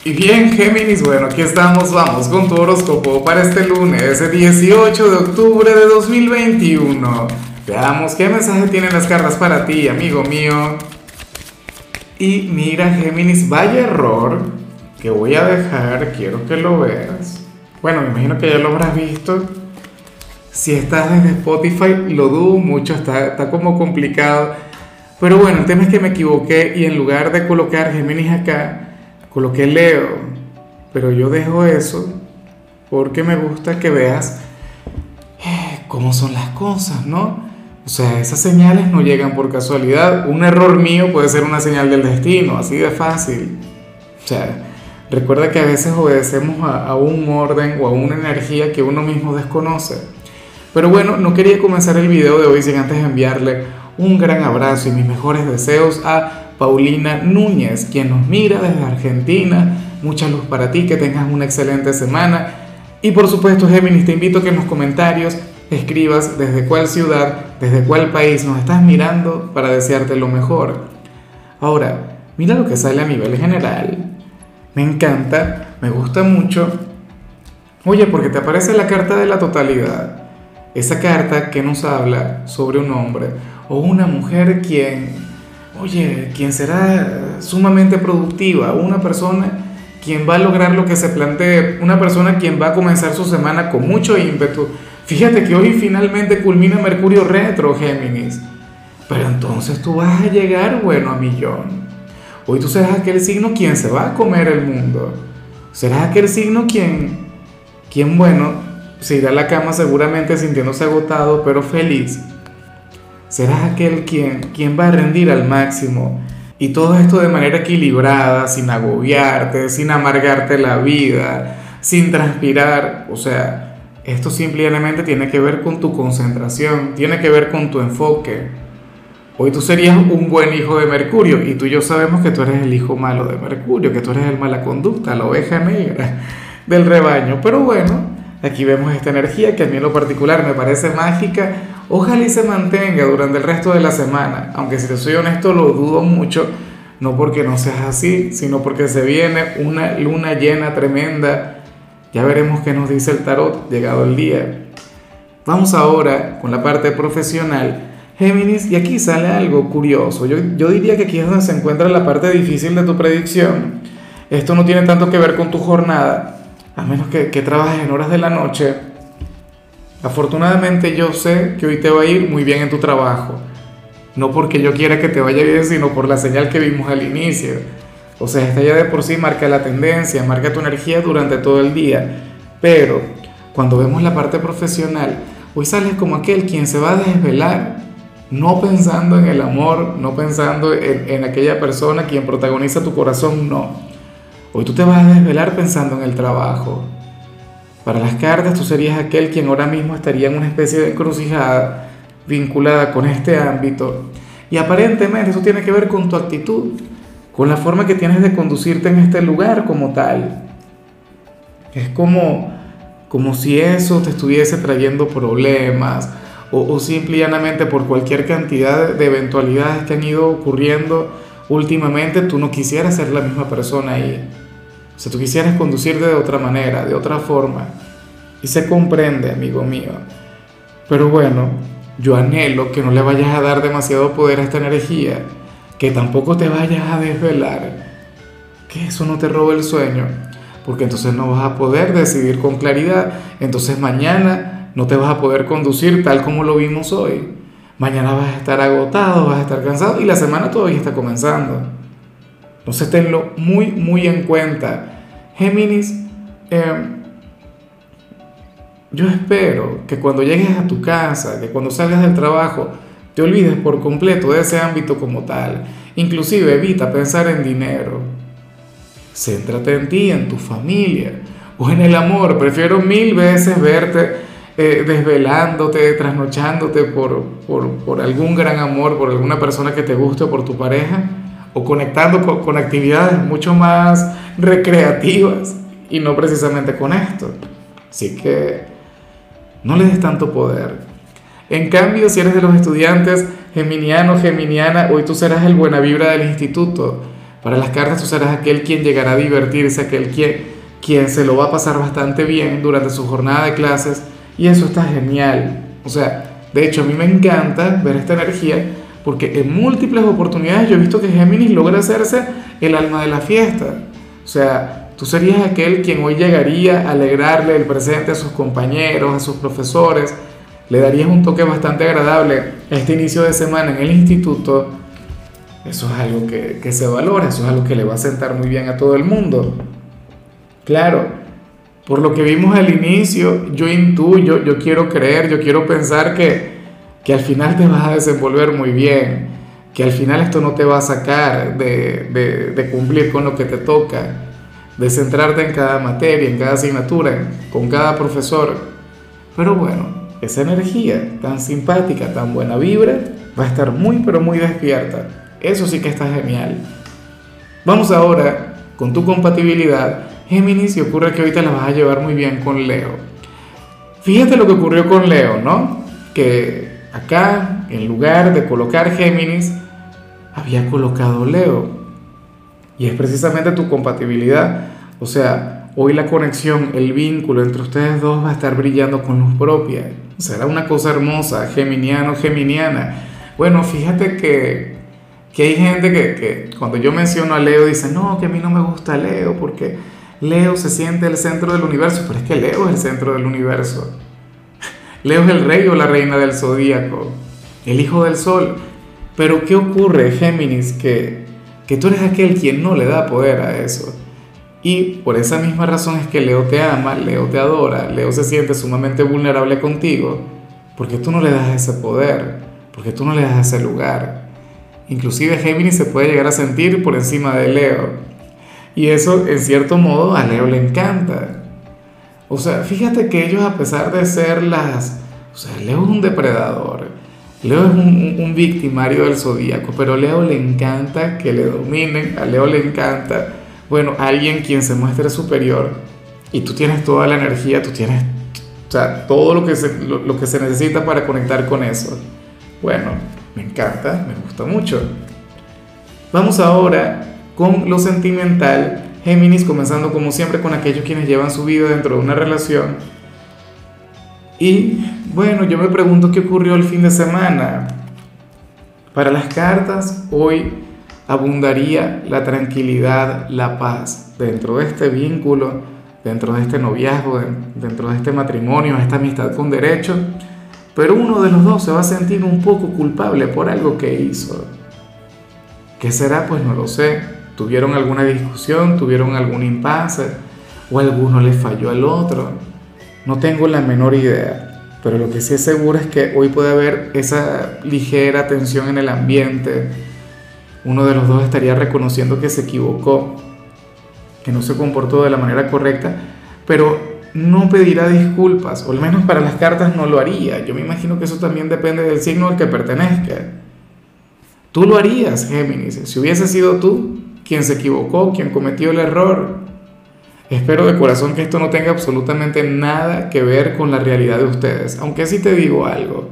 Y bien, Géminis, bueno, aquí estamos, vamos con tu horóscopo para este lunes, 18 de octubre de 2021. Veamos qué mensaje tienen las cartas para ti, amigo mío. Y mira, Géminis, vaya error que voy a dejar, quiero que lo veas. Bueno, me imagino que ya lo habrás visto. Si estás desde Spotify, lo dudo mucho, está como complicado. Pero bueno, el tema es que me equivoqué y en lugar de colocar Géminis acá, coloqué Leo. Pero yo dejo eso porque me gusta que veas cómo son las cosas, ¿no? O sea, esas señales no llegan por casualidad. Un error mío puede ser una señal del destino, así de fácil. O sea, recuerda que a veces obedecemos a un orden o a una energía que uno mismo desconoce. Pero bueno, no quería comenzar el video de hoy sin antes enviarle un gran abrazo y mis mejores deseos a Paulina Núñez, quien nos mira desde Argentina. Mucha luz para ti, que tengas una excelente semana. Y por supuesto, Géminis, te invito a que en los comentarios escribas desde cuál ciudad, desde cuál país nos estás mirando para desearte lo mejor. Ahora, mira lo que sale a nivel general. Me encanta, me gusta mucho. Oye, porque te aparece la carta de la totalidad. Esa carta que nos habla sobre un hombre o una mujer quien será sumamente productiva, una persona quien va a lograr lo que se plantee, una persona quien va a comenzar su semana con mucho ímpetu. Fíjate que hoy finalmente culmina Mercurio retro, Géminis, pero entonces tú vas a llegar, bueno, a millón. Hoy tú serás aquel signo quien se va a comer el mundo, serás aquel signo bueno, se irá a la cama seguramente sintiéndose agotado, pero feliz. Serás aquel quien va a rendir al máximo. Y todo esto de manera equilibrada, sin agobiarte, sin amargarte la vida, sin transpirar. O sea, esto simplemente tiene que ver con tu concentración, tiene que ver con tu enfoque. Hoy tú serías un buen hijo de Mercurio y tú y yo sabemos que tú eres el hijo malo de Mercurio, que tú eres el mala conducta, la oveja negra del rebaño. Pero bueno, aquí vemos esta energía que a mí en lo particular me parece mágica. Ojalá y se mantenga durante el resto de la semana, aunque si te soy honesto lo dudo mucho, no porque no seas así, sino porque se viene una luna llena tremenda. Ya veremos qué nos dice el tarot llegado el día. Vamos ahora con la parte profesional, Géminis, y aquí sale algo curioso. Yo diría que aquí es donde se encuentra la parte difícil de tu predicción. Esto no tiene tanto que ver con tu jornada, a menos que trabajes en horas de la noche. Afortunadamente yo sé que hoy te va a ir muy bien en tu trabajo. No porque yo quiera que te vaya bien, sino por la señal que vimos al inicio. O sea, esta ya de por sí marca la tendencia, marca tu energía durante todo el día. Pero cuando vemos la parte profesional, hoy sales como aquel quien se va a desvelar, no pensando en el amor, no pensando en aquella persona quien protagoniza tu corazón, no. Hoy tú te vas a desvelar pensando en el trabajo. Para las cartas, tú serías aquel quien ahora mismo estaría en una especie de encrucijada vinculada con este ámbito. Y aparentemente eso tiene que ver con tu actitud, con la forma que tienes de conducirte en este lugar como tal. Es como si eso te estuviese trayendo problemas o simple y llanamente por cualquier cantidad de eventualidades que han ido ocurriendo últimamente, tú no quisieras ser la misma persona ahí. O sea, tú quisieras conducirte de otra manera, de otra forma. Y se comprende, amigo mío. Pero bueno, yo anhelo que no le vayas a dar demasiado poder a esta energía, que tampoco te vayas a desvelar, que eso no te robe el sueño, porque entonces no vas a poder decidir con claridad. Entonces mañana no te vas a poder conducir tal como lo vimos hoy. Mañana vas a estar agotado, vas a estar cansado y la semana todavía está comenzando. Entonces tenlo muy, muy en cuenta. Géminis, yo espero que cuando llegues a tu casa, que cuando salgas del trabajo, te olvides por completo de ese ámbito como tal. Inclusive evita pensar en dinero. Céntrate en ti, en tu familia o en el amor. Prefiero mil veces verte desvelándote, trasnochándote por algún gran amor, por alguna persona que te guste o por tu pareja, o conectando con actividades mucho más recreativas y no precisamente con esto. Así que no le des tanto poder. En cambio, si eres de los estudiantes geminiano, geminiana, hoy tú serás el buena vibra del instituto. Para las cartas tú serás aquel quien llegará a divertirse, aquel quien se lo va a pasar bastante bien durante su jornada de clases, y eso está genial. O sea, de hecho a mí me encanta ver esta energía porque en múltiples oportunidades yo he visto que Géminis logra hacerse el alma de la fiesta. O sea, tú serías aquel quien hoy llegaría a alegrarle el presente a sus compañeros, a sus profesores, le darías un toque bastante agradable a este inicio de semana en el instituto. Eso es algo que se valora, eso es algo que le va a sentar muy bien a todo el mundo. Claro, por lo que vimos al inicio, yo intuyo, yo quiero creer, yo quiero pensar que al final te vas a desenvolver muy bien, que al final esto no te va a sacar de cumplir con lo que te toca, de centrarte en cada materia, en cada asignatura, con cada profesor. Pero bueno, esa energía tan simpática, tan buena vibra, va a estar muy pero muy despierta. Eso sí que está genial. Vamos ahora con tu compatibilidad, Géminis, y ocurre que ahorita la vas a llevar muy bien con Leo. Fíjate lo que ocurrió con Leo, ¿no? Que acá, en lugar de colocar Géminis, había colocado Leo. Y es precisamente tu compatibilidad. O sea, hoy la conexión, el vínculo entre ustedes dos va a estar brillando con luz propia. Será una cosa hermosa, geminiano, geminiana. Bueno, fíjate que hay gente que cuando yo menciono a Leo dice, no, que a mí no me gusta Leo porque Leo se siente el centro del universo, pero es que Leo es el centro del universo. Leo es el rey o la reina del zodíaco, el hijo del sol. Pero ¿qué ocurre, Géminis? Que tú eres aquel quien no le da poder a eso. Y por esa misma razón es que Leo te ama, Leo te adora, Leo se siente sumamente vulnerable contigo, porque tú no le das ese poder, porque tú no le das ese lugar. Inclusive Géminis se puede llegar a sentir por encima de Leo. Y eso, en cierto modo, a Leo le encanta. O sea, fíjate que ellos, a pesar de ser o sea, Leo es un depredador, Leo es un victimario del zodíaco, pero a Leo le encanta que le dominen, a Leo le encanta, bueno, alguien quien se muestre superior, y tú tienes toda la energía, tú tienes, o sea, todo lo que se necesita para conectar con eso. Bueno, me encanta, me gusta mucho. Vamos ahora con lo sentimental, Géminis, comenzando como siempre con aquellos quienes llevan su vida dentro de una relación. Y bueno, yo me pregunto qué ocurrió el fin de semana. Para las cartas, hoy abundaría la tranquilidad, la paz dentro de este vínculo, dentro de este noviazgo, dentro de este matrimonio, esta amistad con derecho. Pero uno de los dos se va a sentir un poco culpable por algo que hizo. ¿Qué será? Pues no lo sé. ¿Tuvieron alguna discusión? ¿Tuvieron algún impasse? ¿O alguno le falló al otro? No tengo la menor idea. Pero lo que sí es seguro es que hoy puede haber esa ligera tensión en el ambiente. Uno de los dos estaría reconociendo que se equivocó, que no se comportó de la manera correcta, pero no pedirá disculpas, o al menos para las cartas no lo haría. Yo me imagino que eso también depende del signo al que pertenezca. Tú lo harías, Géminis, si hubiese sido tú quien se equivocó, quien cometió el error. Espero de corazón que esto no tenga absolutamente nada que ver con la realidad de ustedes, aunque sí te digo algo.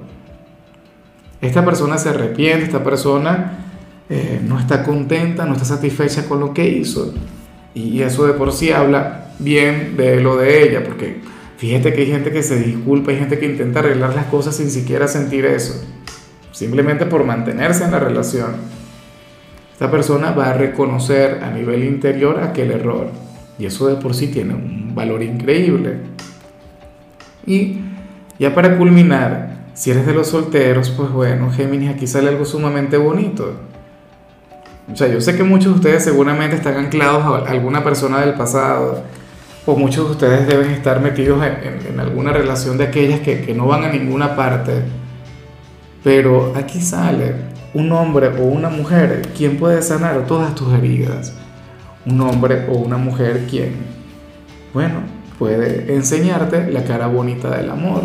Esta persona se arrepiente, esta persona no está contenta, no está satisfecha con lo que hizo, y eso de por sí habla bien de él o de ella, porque fíjate que hay gente que se disculpa, hay gente que intenta arreglar las cosas sin siquiera sentir eso, simplemente por mantenerse en la relación. Esta persona va a reconocer a nivel interior aquel error, y eso de por sí tiene un valor increíble. Y ya para culminar, si eres de los solteros, pues bueno, Géminis, aquí sale algo sumamente bonito. O sea, yo sé que muchos de ustedes seguramente están anclados a alguna persona del pasado, o muchos de ustedes deben estar metidos en alguna relación de aquellas que no van a ninguna parte. Pero aquí sale un hombre o una mujer quien puede sanar todas tus heridas. Un hombre o una mujer quien, bueno, puede enseñarte la cara bonita del amor.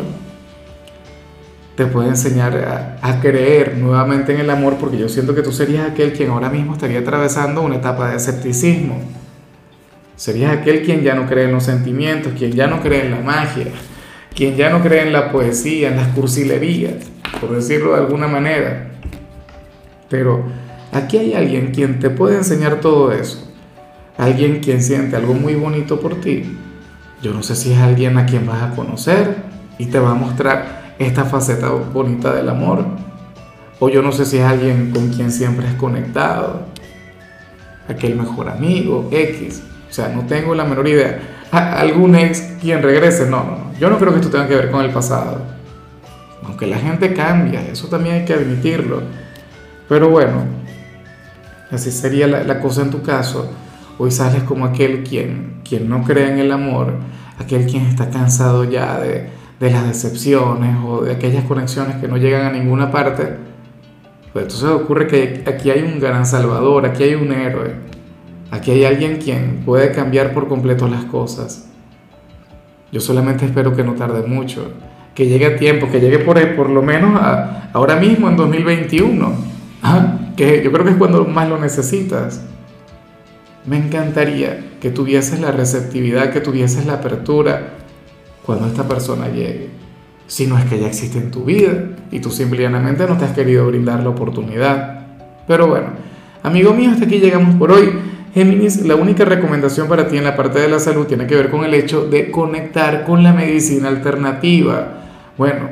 Te puede enseñar a creer nuevamente en el amor, porque yo siento que tú serías aquel quien ahora mismo estaría atravesando una etapa de escepticismo. Serías aquel quien ya no cree en los sentimientos, quien ya no cree en la magia, quien ya no cree en la poesía, en las cursilerías, por decirlo de alguna manera. Pero aquí hay alguien quien te puede enseñar todo eso, alguien quien siente algo muy bonito por ti. Yo no sé si es alguien a quien vas a conocer y te va a mostrar esta faceta bonita del amor, o yo no sé si es alguien con quien siempre has conectado, aquel mejor amigo, X. O sea, no tengo la menor idea. ¿Algún ex quien regrese? No, no, no. Yo no creo que esto tenga que ver con el pasado. Aunque la gente cambia, eso también hay que admitirlo. Pero bueno, así sería la cosa en tu caso. Hoy sales como aquel quien no cree en el amor, aquel quien está cansado ya de las decepciones o de aquellas conexiones que no llegan a ninguna parte. Pues entonces ocurre que aquí hay un gran salvador, aquí hay un héroe, aquí hay alguien quien puede cambiar por completo las cosas. Yo solamente espero que no tarde mucho, que llegue a tiempo, que llegue por lo menos ahora mismo en 2021, que yo creo que es cuando más lo necesitas. Me encantaría que tuvieses la receptividad, que tuvieses la apertura cuando esta persona llegue. Si no es que ya existe en tu vida y tú simplemente no te has querido brindar la oportunidad. Pero bueno, amigo mío, hasta aquí llegamos por hoy. Géminis, la única recomendación para ti en la parte de la salud tiene que ver con el hecho de conectar con la medicina alternativa. Bueno,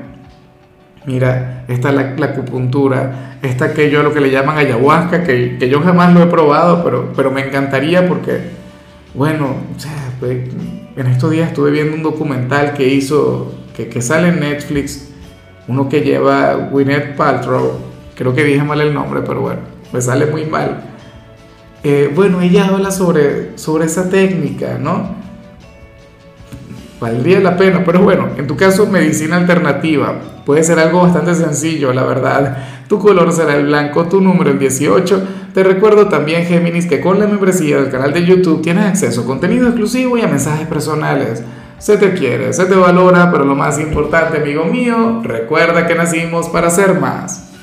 mira, está la acupuntura, está aquello a lo que le llaman ayahuasca, que yo jamás lo he probado, pero me encantaría porque, bueno, o sea, pues, en estos días estuve viendo un documental que hizo, que sale en Netflix, uno que lleva Gwyneth Paltrow, creo que dije mal el nombre, pero bueno, me sale muy mal. Bueno, ella habla sobre esa técnica, ¿no? Valdría la pena, pero bueno, en tu caso, medicina alternativa. Puede ser algo bastante sencillo, la verdad. Tu color será el blanco, tu número el 18. Te recuerdo también, Géminis, que con la membresía del canal de YouTube tienes acceso a contenido exclusivo y a mensajes personales. Se te quiere, se te valora, pero lo más importante, amigo mío, recuerda que nacimos para ser más.